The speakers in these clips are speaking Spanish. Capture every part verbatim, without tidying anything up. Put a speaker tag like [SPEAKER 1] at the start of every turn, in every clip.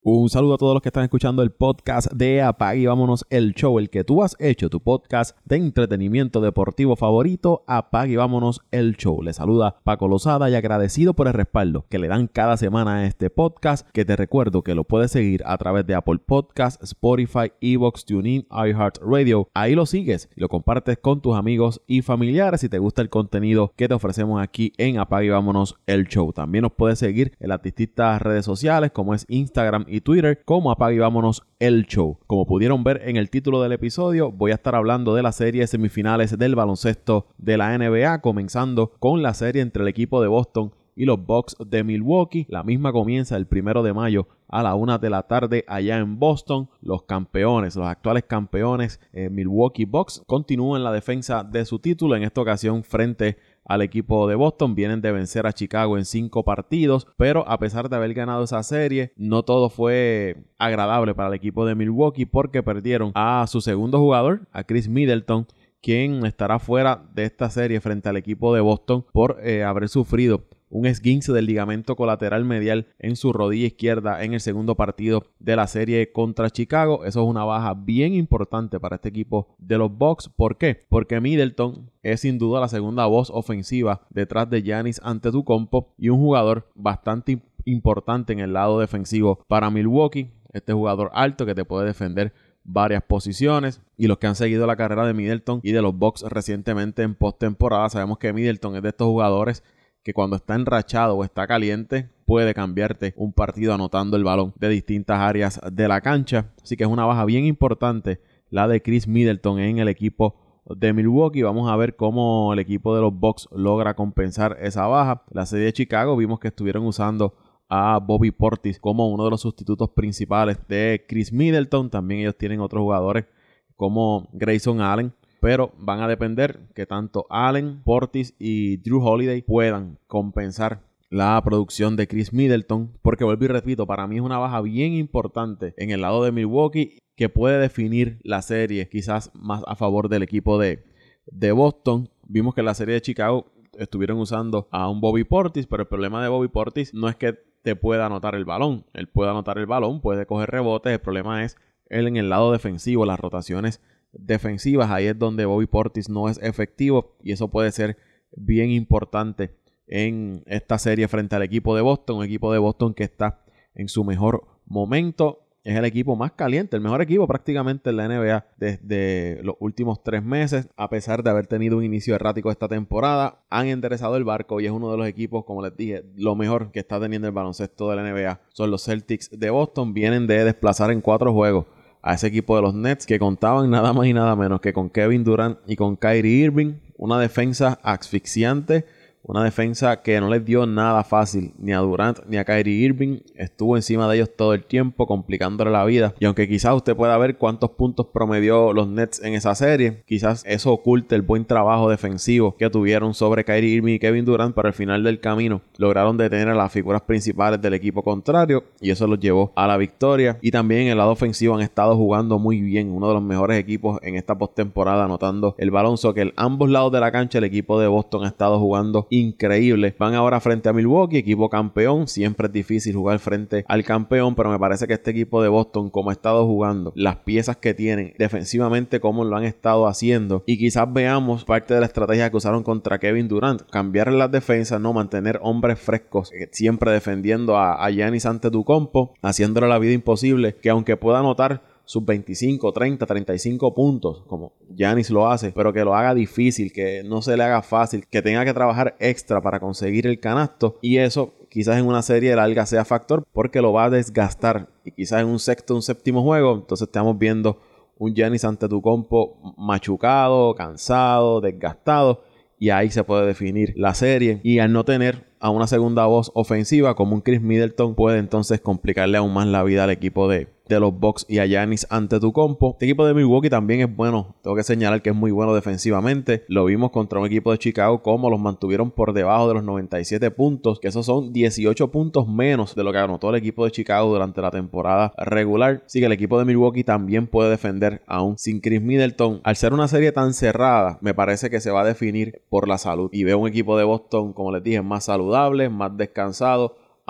[SPEAKER 1] Un saludo a todos los que están escuchando el podcast de Apague y Vámonos el Show, el que tú has hecho tu podcast de entretenimiento deportivo favorito, Apague y Vámonos el Show. Les saluda Paco Lozada y agradecido por el respaldo que le dan cada semana a este podcast, que te recuerdo que lo puedes seguir a través de Apple Podcasts, Spotify, Evox, TuneIn, iHeartRadio. Ahí lo sigues y lo compartes con tus amigos y familiares si te gusta el contenido que te ofrecemos aquí en Apague y Vámonos el Show. También nos puedes seguir en las distintas redes sociales como es Instagram y Twitter como Apague y Vámonos el Show. Como pudieron ver en el título del episodio, voy a estar hablando de la serie semifinales del baloncesto de la N B A, comenzando con la serie entre el equipo de Boston y los Bucks de Milwaukee. La misma comienza el primero de mayo a la una de la tarde allá en Boston. Los campeones, los actuales campeones eh, Milwaukee Bucks continúan la defensa de su título, en esta ocasión frente al equipo de Boston. Vienen de vencer a Chicago en cinco partidos, pero a pesar de haber ganado esa serie, no todo fue agradable para el equipo de Milwaukee, porque perdieron a su segundo jugador, a Chris Middleton, quien estará fuera de esta serie frente al equipo de Boston por eh, haber sufrido un esguince del ligamento colateral medial en su rodilla izquierda en el segundo partido de la serie contra Chicago. Eso es una baja bien importante para este equipo de los Bucks. ¿Por qué? Porque Middleton es sin duda la segunda voz ofensiva detrás de Giannis Antetokounmpo y un jugador bastante importante en el lado defensivo para Milwaukee. Este jugador alto que te puede defender varias posiciones, y los que han seguido la carrera de Middleton y de los Bucks recientemente en postemporada sabemos que Middleton es de estos jugadores que cuando está enrachado o está caliente puede cambiarte un partido anotando el balón de distintas áreas de la cancha. Así que es una baja bien importante la de Chris Middleton en el equipo de Milwaukee. Vamos a ver cómo el equipo de los Bucks logra compensar esa baja. La serie de Chicago vimos que estuvieron usando a Bobby Portis como uno de los sustitutos principales de Chris Middleton. También ellos tienen otros jugadores como Grayson Allen, pero van a depender que tanto Allen, Portis y Jrue Holiday puedan compensar la producción de Chris Middleton, porque vuelvo y repito, para mí es una baja bien importante en el lado de Milwaukee que puede definir la serie quizás más a favor del equipo de, de Boston. Vimos que en la serie de Chicago estuvieron usando a un Bobby Portis, pero el problema de Bobby Portis no es que te pueda anotar el balón. Él puede anotar el balón, puede coger rebotes. El problema es él en el lado defensivo, las rotaciones defensivas. Ahí es donde Bobby Portis no es efectivo, y eso puede ser bien importante en esta serie frente al equipo de Boston. Un equipo de Boston que está en su mejor momento. Es el equipo más caliente, el mejor equipo prácticamente en la N B A desde los últimos tres meses. A pesar de haber tenido un inicio errático esta temporada, han enderezado el barco y es uno de los equipos, como les dije, lo mejor que está teniendo el baloncesto de la N B A. Son los Celtics de Boston. Vienen de desplazar en cuatro juegos a ese equipo de los Nets, que contaban nada más y nada menos que con Kevin Durant y con Kyrie Irving. Una defensa asfixiante. Una defensa que no les dio nada fácil ni a Durant ni a Kyrie Irving. Estuvo encima de ellos todo el tiempo, complicándole la vida. Y aunque quizás usted pueda ver cuántos puntos promedió los Nets en esa serie, quizás eso oculte el buen trabajo defensivo que tuvieron sobre Kyrie Irving y Kevin Durant, pero al final del camino lograron detener a las figuras principales del equipo contrario, y eso los llevó a la victoria. Y también en el lado ofensivo han estado jugando muy bien. Uno de los mejores equipos en esta postemporada anotando el balón. So que en ambos lados de la cancha el equipo de Boston ha estado jugando increíble. Van ahora frente a Milwaukee, equipo campeón. Siempre es difícil jugar frente al campeón, pero me parece que este equipo de Boston, como ha estado jugando, las piezas que tienen defensivamente, como lo han estado haciendo, y quizás veamos parte de la estrategia que usaron contra Kevin Durant, cambiar las defensas, no mantener hombres frescos, siempre defendiendo a, a Giannis Antetokounmpo, haciéndole la vida imposible, que aunque pueda anotar sus veinticinco, treinta, treinta y cinco puntos, como Giannis lo hace, pero que lo haga difícil, que no se le haga fácil, que tenga que trabajar extra para conseguir el canasto, y eso quizás en una serie larga sea factor, porque lo va a desgastar, y quizás en un sexto, un séptimo juego, entonces estamos viendo un Giannis Antetokounmpo machucado, cansado, desgastado, y ahí se puede definir la serie. Y al no tener a una segunda voz ofensiva como un Chris Middleton, puede entonces complicarle aún más la vida al equipo de, de los Bucks y a Giannis Antetokounmpo. Este equipo de Milwaukee también es bueno. Tengo que señalar que es muy bueno defensivamente. Lo vimos contra un equipo de Chicago, como los mantuvieron por debajo de los noventa y siete puntos, que esos son dieciocho puntos menos de lo que anotó el equipo de Chicago durante la temporada regular. Así que el equipo de Milwaukee también puede defender aún sin Chris Middleton. Al ser una serie tan cerrada, me parece que se va a definir por la salud. Y veo un equipo de Boston, como les dije, más saludable, más descansado,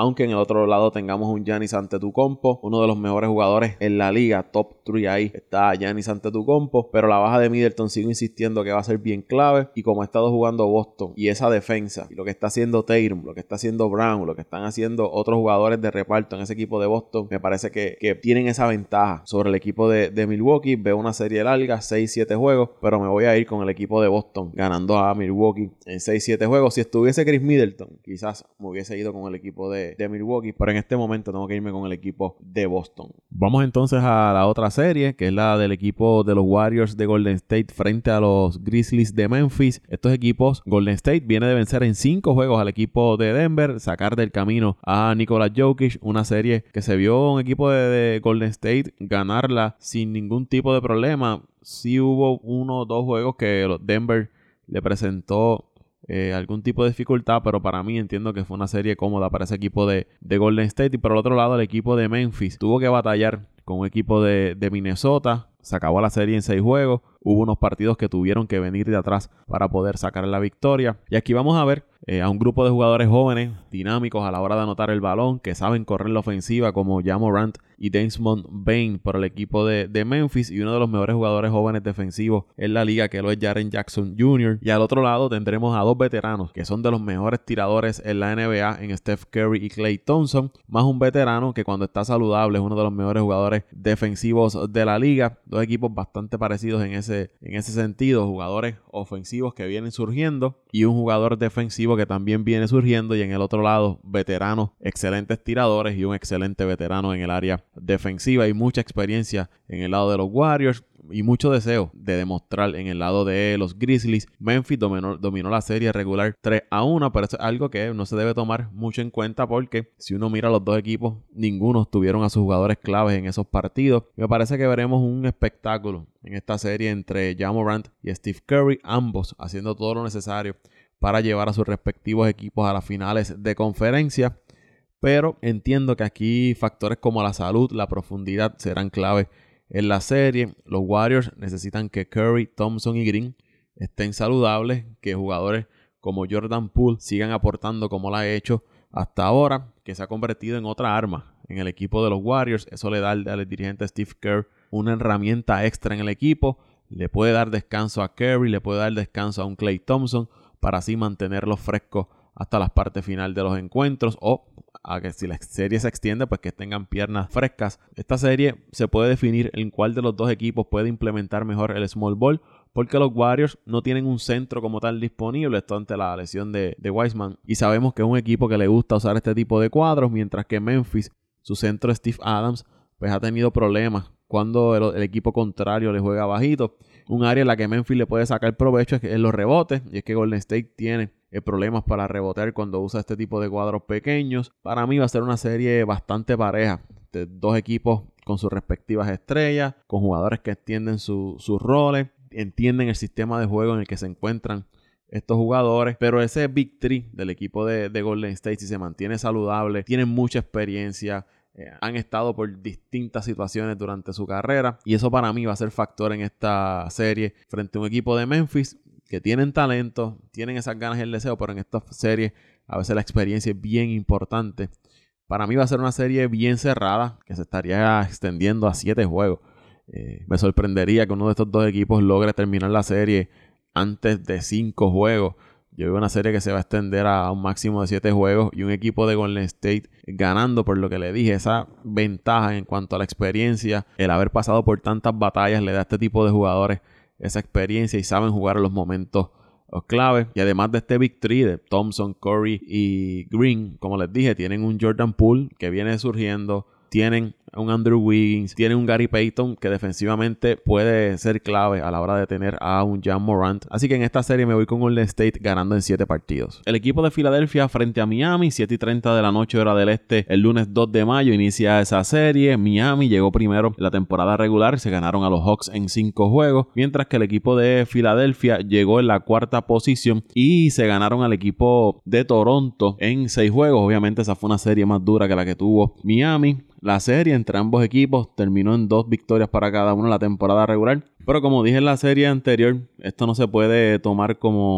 [SPEAKER 1] aunque en el otro lado tengamos un Giannis Antetokounmpo, uno de los mejores jugadores en la liga, top tres ahí está Giannis Antetokounmpo, pero la baja de Middleton sigo insistiendo que va a ser bien clave, y como ha estado jugando Boston y esa defensa, y lo que está haciendo Tatum, lo que está haciendo Brown, lo que están haciendo otros jugadores de reparto en ese equipo de Boston, me parece que, que tienen esa ventaja sobre el equipo de, de Milwaukee. Veo una serie larga, seis siete juegos, pero me voy a ir con el equipo de Boston ganando a Milwaukee en seis siete juegos. Si estuviese Chris Middleton, quizás me hubiese ido con el equipo de, de Milwaukee, pero en este momento tengo que irme con el equipo de Boston. Vamos entonces a la otra serie, que es la del equipo de los Warriors de Golden State frente a los Grizzlies de Memphis. Estos equipos, Golden State viene de vencer en cinco juegos al equipo de Denver, sacar del camino a Nikola Jokic, una serie que se vio un equipo de, de Golden State ganarla sin ningún tipo de problema. Sí hubo uno o dos juegos que los Denver le presentó eh, algún tipo de dificultad, pero para mí entiendo que fue una serie cómoda para ese equipo de, de Golden State. Y por el otro lado, el equipo de Memphis tuvo que batallar con un equipo de, de Minnesota. Se acabó la serie en seis juegos. Hubo unos partidos que tuvieron que venir de atrás para poder sacar la victoria. Y aquí vamos a ver eh, a un grupo de jugadores jóvenes, dinámicos a la hora de anotar el balón, que saben correr la ofensiva, como Ja Morant y Desmond Bane por el equipo de, de Memphis, y uno de los mejores jugadores jóvenes defensivos en la liga, que lo es Jaren Jackson junior Y al otro lado tendremos a dos veteranos que son de los mejores tiradores en la N B A, en Steph Curry y Klay Thompson, más un veterano que cuando está saludable es uno de los mejores jugadores defensivos de la liga. Dos equipos bastante parecidos en ese, en ese sentido, jugadores ofensivos que vienen surgiendo y un jugador defensivo que también viene surgiendo, y en el otro lado veteranos, excelentes tiradores y un excelente veterano en el área defensiva, y mucha experiencia en el lado de los Warriors y mucho deseo de demostrar en el lado de los Grizzlies. Memphis dominó, dominó la serie regular tres a uno, pero eso es algo que no se debe tomar mucho en cuenta, porque si uno mira los dos equipos, ninguno tuvieron a sus jugadores claves en esos partidos. Me parece que veremos un espectáculo en esta serie entre Ja Morant y Steve Curry, ambos haciendo todo lo necesario para llevar a sus respectivos equipos a las finales de conferencia. Pero entiendo que aquí factores como la salud, la profundidad serán clave en la serie. Los Warriors necesitan que Curry, Thompson y Green estén saludables, que jugadores como Jordan Poole sigan aportando como lo ha hecho hasta ahora, que se ha convertido en otra arma en el equipo de los Warriors. Eso le da al, al dirigente Steve Kerr una herramienta extra en el equipo. Le puede dar descanso a Curry, le puede dar descanso a un Klay Thompson, para así mantenerlos frescos hasta las partes final de los encuentros, o a que si la serie se extiende, pues que tengan piernas frescas. Esta serie se puede definir en cuál de los dos equipos puede implementar mejor el small ball, porque los Warriors no tienen un centro como tal disponible, esto ante la lesión de, de Wiseman, y sabemos que es un equipo que le gusta usar este tipo de cuadros, mientras que Memphis, su centro Steve Adams, pues ha tenido problemas cuando el, el equipo contrario le juega bajito. Un área en la que Memphis le puede sacar provecho es en los rebotes, y es que Golden State tiene eh, problemas para rebotear cuando usa este tipo de cuadros pequeños. Para mí va a ser una serie bastante pareja, de dos equipos con sus respectivas estrellas, con jugadores que entienden su, sus roles, entienden el sistema de juego en el que se encuentran estos jugadores, pero ese Big Three del equipo de, de Golden State, si se mantiene saludable, tienen mucha experiencia, Eh, han estado por distintas situaciones durante su carrera, y eso para mí va a ser factor en esta serie frente a un equipo de Memphis que tienen talento, tienen esas ganas y el deseo, pero en esta serie a veces la experiencia es bien importante. Para mí va a ser una serie bien cerrada, que se estaría extendiendo a siete juegos. Eh, me sorprendería que uno de estos dos equipos logre terminar la serie antes de cinco juegos. Yo veo una serie que se va a extender a un máximo de siete juegos, y un equipo de Golden State ganando, por lo que le dije, esa ventaja en cuanto a la experiencia, el haber pasado por tantas batallas le da a este tipo de jugadores esa experiencia y saben jugar en los momentos clave. Y además de este Big Three de Thompson, Curry y Green, como les dije, tienen un Jordan Poole que viene surgiendo, tienen un Andrew Wiggins, tienen un Gary Payton que defensivamente puede ser clave a la hora de tener a un Ja Morant. Así que en esta serie me voy con Golden State ganando en siete partidos. El equipo de Filadelfia frente a Miami, siete y treinta de la noche hora del este, el lunes dos de mayo inicia esa serie. Miami llegó primero en la temporada regular, se ganaron a los Hawks en cinco juegos, mientras que el equipo de Filadelfia llegó en la cuarta posición y se ganaron al equipo de Toronto en seis juegos. Obviamente esa fue una serie más dura que la que tuvo Miami. La serie entre ambos equipos terminó en dos victorias para cada uno en la temporada regular. Pero como dije en la serie anterior, esto no se puede tomar como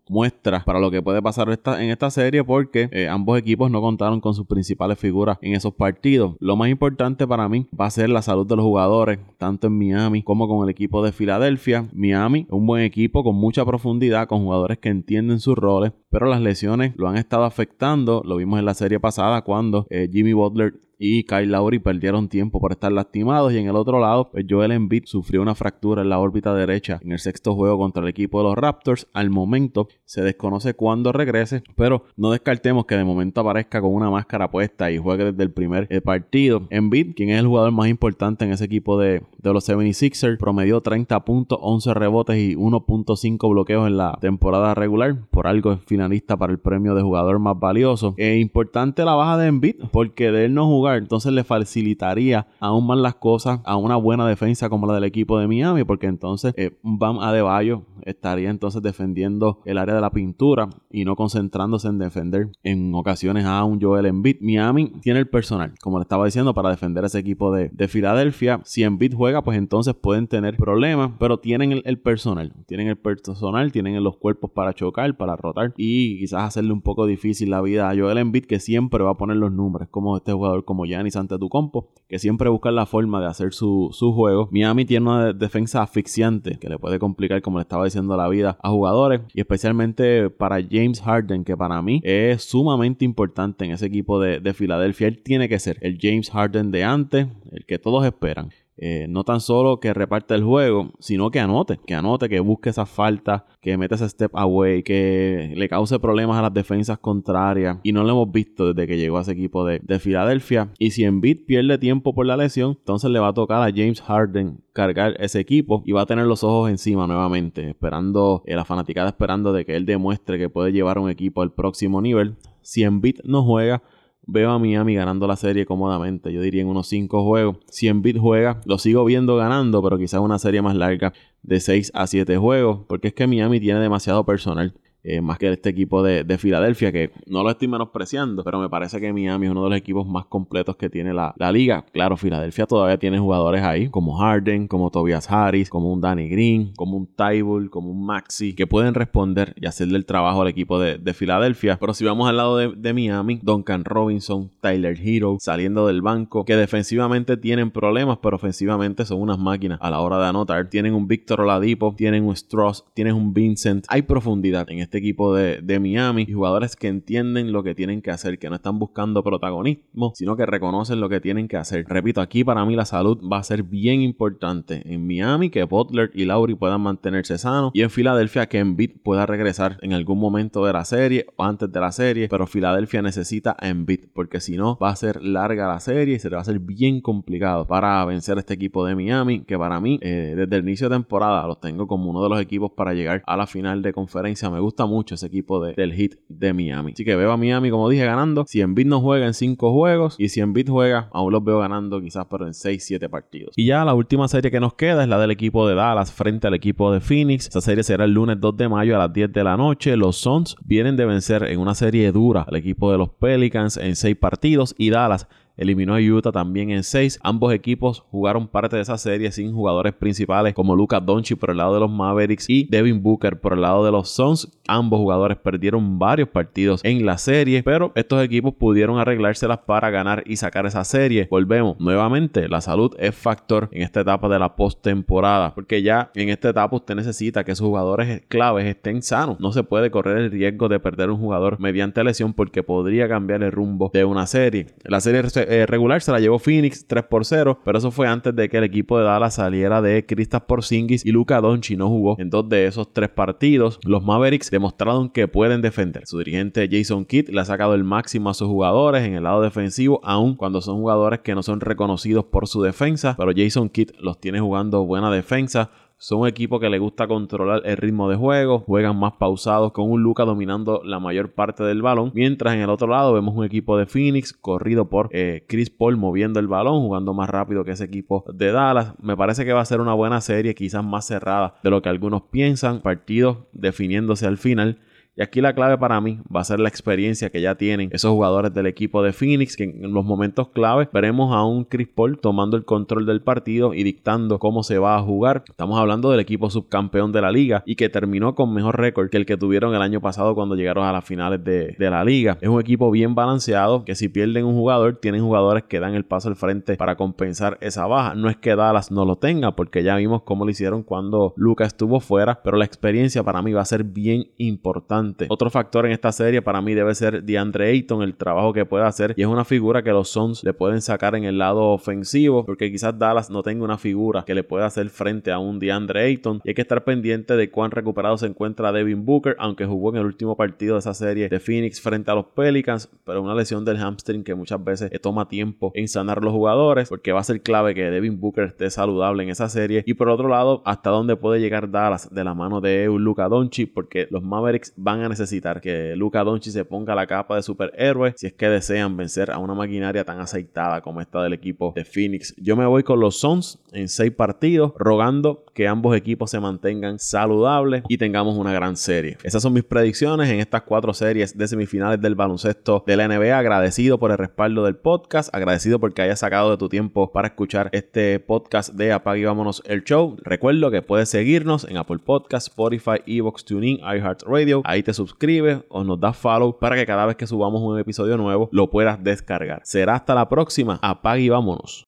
[SPEAKER 1] muestra para lo que puede pasar esta, en esta serie, porque eh, ambos equipos no contaron con sus principales figuras en esos partidos. Lo más importante para mí va a ser la salud de los jugadores, tanto en Miami como con el equipo de Filadelfia. Miami es un buen equipo con mucha profundidad, con jugadores que entienden sus roles, pero las lesiones lo han estado afectando. Lo vimos en la serie pasada cuando eh, Jimmy Butler y Kyle Lowry perdieron tiempo por estar lastimados, y en el otro lado pues Joel Embiid sufrió una fractura en la órbita derecha en el sexto juego contra el equipo de los Raptors. Al momento se desconoce cuándo regrese, pero no descartemos que de momento aparezca con una máscara puesta y juegue desde el primer eh, partido. Embiid, quien es el jugador más importante en ese equipo de, de los setenta y seis ers, promedió treinta puntos, once rebotes y uno punto cinco bloqueos en la temporada regular. Por algo es finalista para el premio de jugador más valioso. Es importante la baja de Embiid porque de él no jugar entonces le facilitaría aún más las cosas a una buena defensa como la del equipo de Miami, porque entonces eh, Bam Adebayo estaría entonces defendiendo el área de la pintura y no concentrándose en defender en ocasiones a un Joel Embiid. Miami tiene el personal, como le estaba diciendo, para defender ese equipo de, de Filadelfia. Si Embiid juega, pues entonces pueden tener problemas, pero tienen el, el personal, tienen el personal, tienen los cuerpos para chocar, para rotar y quizás hacerle un poco difícil la vida a Joel Embiid, que siempre va a poner los números, como este jugador como Giannis Antetokounmpo, que siempre busca la forma de hacer su, su juego. Miami tiene una de- defensa asfixiante que le puede complicar, como le estaba diciendo, la vida a jugadores, y especialmente para James Harden, que para mí es sumamente importante en ese equipo de, de Filadelfia. Él tiene que ser el James Harden de antes, el que todos esperan. Eh, no tan solo que reparte el juego, sino que anote, que anote, que busque esas faltas, que meta ese step away, que le cause problemas a las defensas contrarias, y no lo hemos visto desde que llegó a ese equipo de, de Filadelfia. Y si Embiid pierde tiempo por la lesión, entonces le va a tocar a James Harden cargar ese equipo y va a tener los ojos encima nuevamente, esperando, eh, la fanaticada esperando de que él demuestre que puede llevar a un equipo al próximo nivel. Si Embiid no juega, veo a Miami ganando la serie cómodamente. Yo diría en unos cinco juegos. Si Embiid juega, lo sigo viendo ganando, pero quizás una serie más larga de seis a siete juegos, porque es que Miami tiene demasiado personal. Eh, más que este equipo de, de Filadelfia, que no lo estoy menospreciando, pero me parece que Miami es uno de los equipos más completos que tiene la, la liga. Claro, Filadelfia todavía tiene jugadores ahí, como Harden, como Tobias Harris, como un Danny Green, como un Thybulle, como un Maxey, que pueden responder y hacerle el trabajo al equipo de, de Filadelfia. Pero si vamos al lado de, de Miami, Duncan Robinson, Tyler Hero, saliendo del banco, que defensivamente tienen problemas, pero ofensivamente son unas máquinas a la hora de anotar. Tienen un Victor Oladipo, tienen un Strauss, tienen un Vincent. Hay profundidad en este equipo de, de Miami, y jugadores que entienden lo que tienen que hacer, que no están buscando protagonismo, sino que reconocen lo que tienen que hacer. Repito, aquí para mí la salud va a ser bien importante. En Miami, que Butler y Lowry puedan mantenerse sanos, y en Filadelfia, que Embiid pueda regresar en algún momento de la serie o antes de la serie, pero Filadelfia necesita a Embiid, porque si no va a ser larga la serie y se le va a hacer bien complicado para vencer a este equipo de Miami, que para mí eh, desde el inicio de temporada los tengo como uno de los equipos para llegar a la final de conferencia. Me gusta mucho ese equipo de, del Heat de Miami. Así que veo a Miami, como dije, ganando. Si Embiid no juega en cinco juegos, y si Embiid juega, aún los veo ganando quizás pero en seis siete partidos. Y ya la última serie que nos queda es la del equipo de Dallas frente al equipo de Phoenix. Esa serie será el lunes dos de mayo a las diez de la noche. Los Suns vienen de vencer en una serie dura al equipo de los Pelicans en seis partidos, y Dallas eliminó a Utah también en seis. Ambos equipos jugaron parte de esa serie sin jugadores principales como Luka Doncic por el lado de los Mavericks y Devin Booker por el lado de los Suns. Ambos jugadores perdieron varios partidos en la serie, pero estos equipos pudieron arreglárselas para ganar y sacar esa serie. Volvemos nuevamente, la salud es factor en esta etapa de la postemporada, porque ya en esta etapa usted necesita que sus jugadores claves estén sanos. No se puede correr el riesgo de perder un jugador mediante lesión, porque podría cambiar el rumbo de una serie. La serie Eh, regular se la llevó Phoenix tres por cero, pero eso fue antes de que el equipo de Dallas saliera de Kristaps Porzingis, y Luka Doncic no jugó en dos de esos tres partidos. Los Mavericks demostraron que pueden defender. Su dirigente Jason Kidd le ha sacado el máximo a sus jugadores en el lado defensivo, aun cuando son jugadores que no son reconocidos por su defensa, pero Jason Kidd los tiene jugando buena defensa. Son un equipo que le gusta controlar el ritmo de juego, juegan más pausados con un Luka dominando la mayor parte del balón, mientras en el otro lado vemos un equipo de Phoenix corrido por eh, Chris Paul moviendo el balón, jugando más rápido que ese equipo de Dallas. Me parece que va a ser una buena serie, quizás más cerrada de lo que algunos piensan, partidos definiéndose al final. Y aquí la clave para mí va a ser la experiencia que ya tienen esos jugadores del equipo de Phoenix, que en los momentos claves veremos a un Chris Paul tomando el control del partido y dictando cómo se va a jugar. Estamos hablando del equipo subcampeón de la liga y que terminó con mejor récord que el que tuvieron el año pasado cuando llegaron a las finales de, de la liga. Es un equipo bien balanceado, que si pierden un jugador, tienen jugadores que dan el paso al frente para compensar esa baja. No es que Dallas no lo tenga, porque ya vimos cómo lo hicieron cuando Luka estuvo fuera, pero la experiencia para mí va a ser bien importante. Otro factor en esta serie para mí debe ser DeAndre Ayton, el trabajo que puede hacer, y es una figura que los Suns le pueden sacar en el lado ofensivo, porque quizás Dallas no tenga una figura que le pueda hacer frente a un DeAndre Ayton, y hay que estar pendiente de cuán recuperado se encuentra Devin Booker, aunque jugó en el último partido de esa serie de Phoenix frente a los Pelicans, pero una lesión del hamstring que muchas veces toma tiempo en sanar los jugadores, porque va a ser clave que Devin Booker esté saludable en esa serie. Y por otro lado, hasta dónde puede llegar Dallas de la mano de un Luka Doncic, porque los Mavericks van a necesitar que Luka Doncic se ponga la capa de superhéroe si es que desean vencer a una maquinaria tan aceitada como esta del equipo de Phoenix. Yo me voy con los Suns en seis partidos, rogando que ambos equipos se mantengan saludables y tengamos una gran serie. Esas son mis predicciones en estas cuatro series de semifinales del baloncesto de la N B A. Agradecido por el respaldo del podcast, agradecido porque hayas sacado de tu tiempo para escuchar este podcast de Apague y Vámonos el Show. Recuerdo que puedes seguirnos en Apple Podcasts, Spotify, Evox, TuneIn, iHeartRadio. Ahí te suscribes o nos das follow para que cada vez que subamos un episodio nuevo lo puedas descargar. Será hasta la próxima. Apague y vámonos.